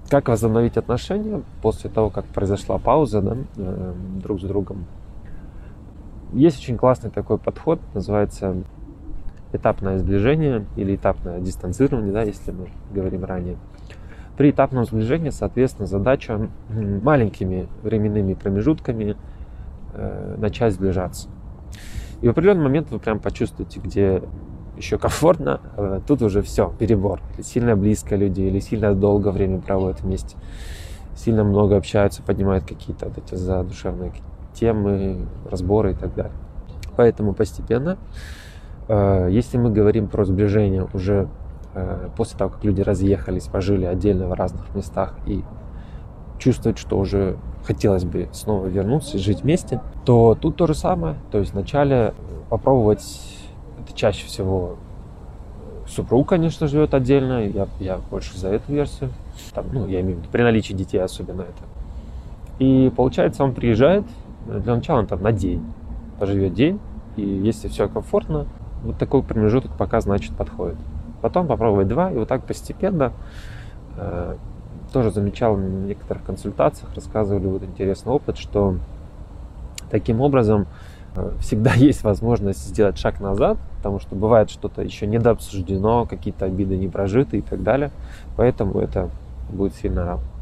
Как возобновить отношения после того, как произошла пауза, да, друг с другом? Есть очень классный такой подход, называется этапное сближение или этапное дистанцирование, да, если мы говорим ранее. При этапном сближении, соответственно, задача маленькими временными промежутками начать сближаться. И в определенный момент вы прям почувствуете, где еще комфортно, тут уже все, перебор. Или сильно близко люди, или сильно долго время проводят вместе, сильно много общаются, поднимают какие-то вот эти задушевные темы, разборы и так далее. Поэтому постепенно, если мы говорим про сближение уже после того, как люди разъехались, пожили отдельно в разных местах и чувствовать, что уже хотелось бы снова вернуться и жить вместе, то тут то же самое. То есть вначале попробовать, это чаще всего супруг, конечно, живет отдельно, я больше за эту версию, там, я имею в виду при наличии детей особенно это. И получается, он приезжает, для начала он там на день, поживет день, и если все комфортно, вот такой промежуток пока, значит, подходит. Потом попробовать 2, и вот так постепенно. Тоже замечал в некоторых консультациях, рассказывали вот интересный опыт, что таким образом всегда есть возможность сделать шаг назад, потому что бывает что-то еще недообсуждено, какие-то обиды не прожиты и так далее. Поэтому это будет сильно